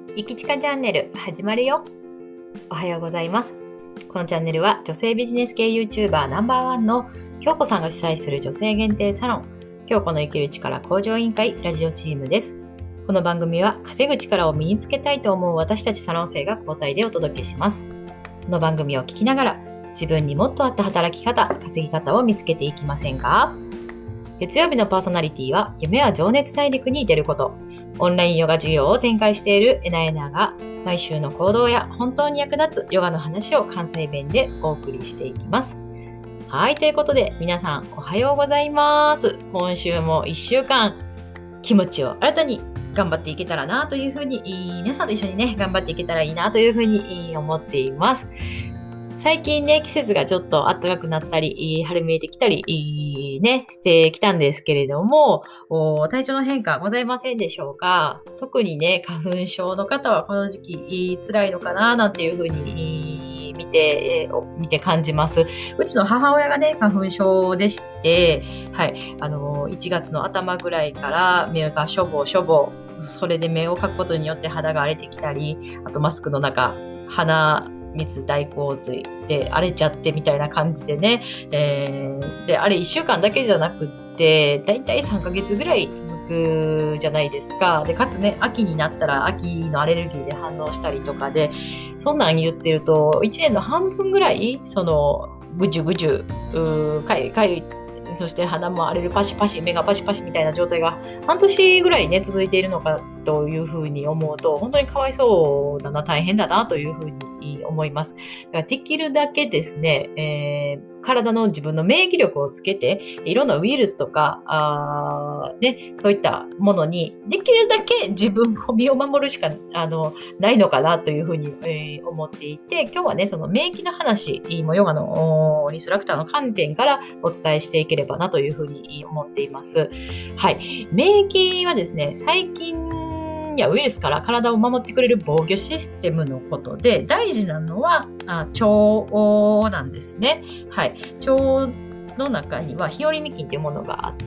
いきちかチャンネル始まるよ。おはようございます。このチャンネルは女性ビジネス系 YouTuber ナンバーワンの京子さんが主催する女性限定サロン京子の生きる力向上委員会ラジオチームです。この番組は稼ぐ力を身につけたいと思う私たちサロン生が交代でお届けします。この番組を聞きながら自分にもっと合った働き方、稼ぎ方を見つけていきませんか？月曜日のパーソナリティは夢は情熱大陸に出ること。オンラインヨガ授業を展開しているエナエナが毎週の行動や本当に役立つヨガの話を関西弁でお送りしていきます。はい、ということで皆さんおはようございます。今週も1週間気持ちを新たに頑張っていけたらなというふうに、皆さんと一緒にね頑張っていけたらいいなというふうに思っています。最近ね、季節がちょっと暖かくなったり、春めいてきたり、してきたんですけれども、体調の変化ございませんでしょうか？特にね、花粉症の方はこの時期辛いのかななんていうふうに見て感じます。うちの母親がね、花粉症でして、はい、1月の頭ぐらいから目がしょぼしょぼ、それで目をかくことによって肌が荒れてきたり、あとマスクの中、鼻水大洪水で荒れちゃってみたいな感じでね、であれ1週間だけじゃなくってだいたい3ヶ月ぐらい続くじゃないですか。でかつね、秋になったら秋のアレルギーで反応したりとかで、そんなん言ってると1年の半分ぐらいぐじゅぐじゅかゆい、そして鼻も荒れる、パシパシ、目がパシパシみたいな状態が半年ぐらいね続いているのかというふうに思うと、本当にかわいそうだな、大変だなというふうに思います。だからできるだけですね、体の自分の免疫力をつけて、いろんなウイルスとかそういったものにできるだけ自分を身を守るしかないのかなというふうに、思っていて、今日はねその免疫の話もヨガのインストラクターの観点からお伝えしていければなというふうに思っています。はい、免疫はですね、細菌やウイルスから体を守ってくれる防御システムのことで、大事なのは腸なんですね。はい、腸の中には日和見菌というものがあって、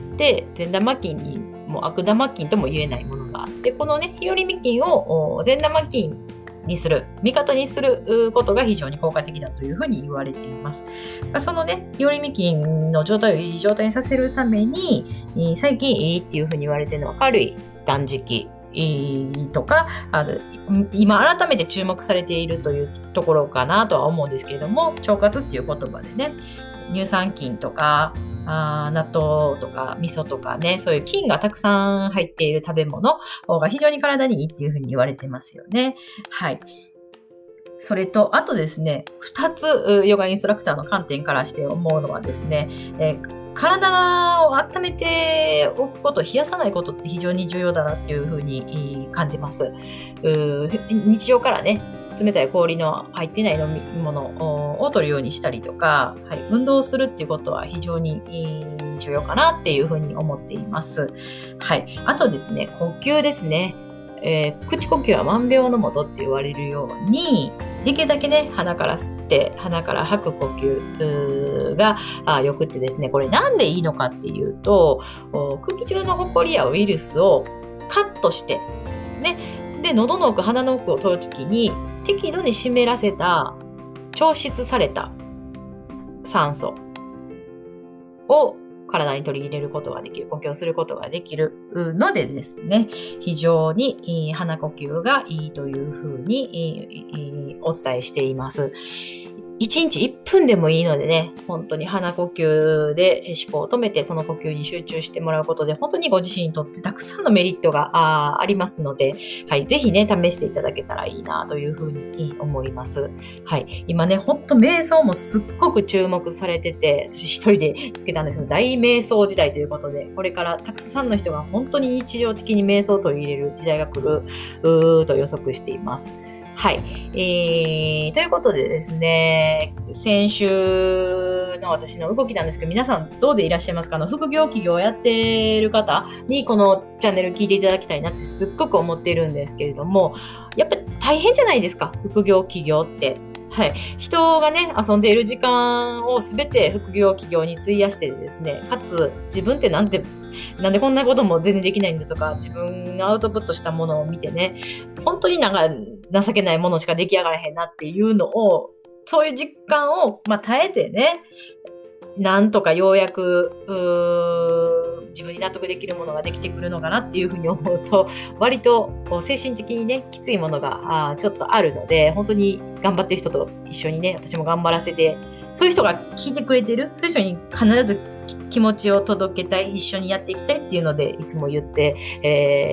善玉菌にも悪玉菌とも言えないものがあって、このね日和見菌を善玉菌にする、味方にすることが非常に効果的だというふうに言われています。そのね、日和見菌の状態をいい状態にさせるために、最近いいっていうふうに言われているのは軽い断食とか、今改めて注目されているというところかなとは思うんですけれども、腸活っていう言葉でね、乳酸菌とか納豆とか味噌とかね、そういう菌がたくさん入っている食べ物が非常に体にいいっていうふうに言われてますよね。はい。それと、あとですね、2つヨガインストラクターの観点からして思うのはですね、体を温めておくこと、冷やさないことって非常に重要だなっていうふうに感じます。日常からね、冷たい氷の入ってない飲み物を取るようにしたりとか、はい、運動するっていうことは非常に重要かなっていうふうに思っています。はい。あとですね、呼吸ですね。口呼吸は万病のもとって言われるように、できるだけね、鼻から吸って鼻から吐く呼吸がよくってですね、これなんでいいのかっていうと、空気中のホコリやウイルスをカットして、ね、で喉の奥、鼻の奥を通るときに適度に湿らせた調湿された酸素を体に取り入れることができる、呼吸をすることができるのでですね、非常に鼻呼吸がいいというふうにお伝えしています。1日1分でもいいのでね、本当に鼻呼吸で思考を止めてその呼吸に集中してもらうことで、本当にご自身にとってたくさんのメリットがありますので、はい、ぜひね、試していただけたらいいなというふうに思います。はい、今ね、本当瞑想もすっごく注目されてて、私一人でつけたんですけど、大瞑想時代ということで、これからたくさんの人が本当に日常的に瞑想を取り入れる時代が来ると予測しています。はい、ということでですね、先週の私の動きなんですけど、皆さんどうでいらっしゃいますか？副業企業をやっている方にこのチャンネル聞いていただきたいなってすっごく思っているんですけれども、やっぱり大変じゃないですか、副業企業って。 はい。人がね、遊んでいる時間をすべて副業企業に費やしてですね、かつ自分ってなんでこんなことも全然できないんだとか、自分がアウトプットしたものを見てね、本当になんか情けないものしか出来上がらへんなっていうのを、そういう実感を、耐えてね、なんとかようやく自分に納得できるものができてくるのかなっていうふうに思うと、割とこう精神的にね、きついものがちょっとあるので、本当に頑張ってる人と一緒にね、私も頑張らせて、そういう人が聞いてくれてる、そういう人に必ず気持ちを届けたい、一緒にやっていきたいっていうので、いつも言って、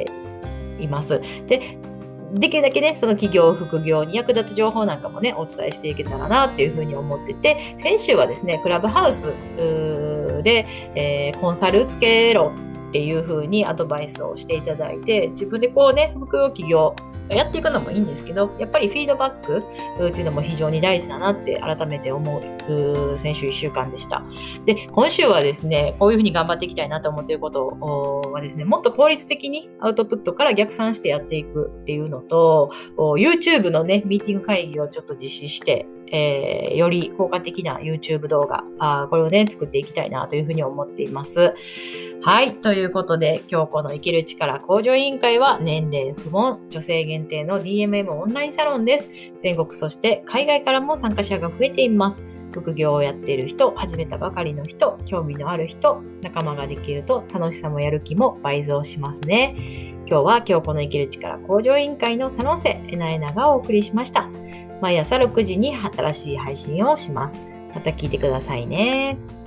います。できるだけね、その企業、副業に役立つ情報なんかもね、お伝えしていけたらなっていうふうに思ってて、先週はですね、クラブハウスで、コンサルつけろっていうふうにアドバイスをしていただいて、自分でこうね、副業企業やっていくのもいいんですけど、やっぱりフィードバックっていうのも非常に大事だなって改めて思う先週1週間でした。で、今週はですね、こういうふうに頑張っていきたいなと思っていることはですね、もっと効率的にアウトプットから逆算してやっていくっていうのと、YouTube のね、ミーティング会議をちょっと実施して、より効果的な YouTube 動画、これをね、作っていきたいなというふうに思っています。はい。ということで、京子の生きる力向上委員会は年齢不問、女性限定の DMM オンラインサロンです。全国そして海外からも参加者が増えています。副業をやっている人、始めたばかりの人、興味のある人、仲間ができると楽しさもやる気も倍増しますね。今日は京子の生きる力向上委員会の佐野瀬えなえながお送りしました。毎朝6時に新しい配信をします。また聞いてくださいね。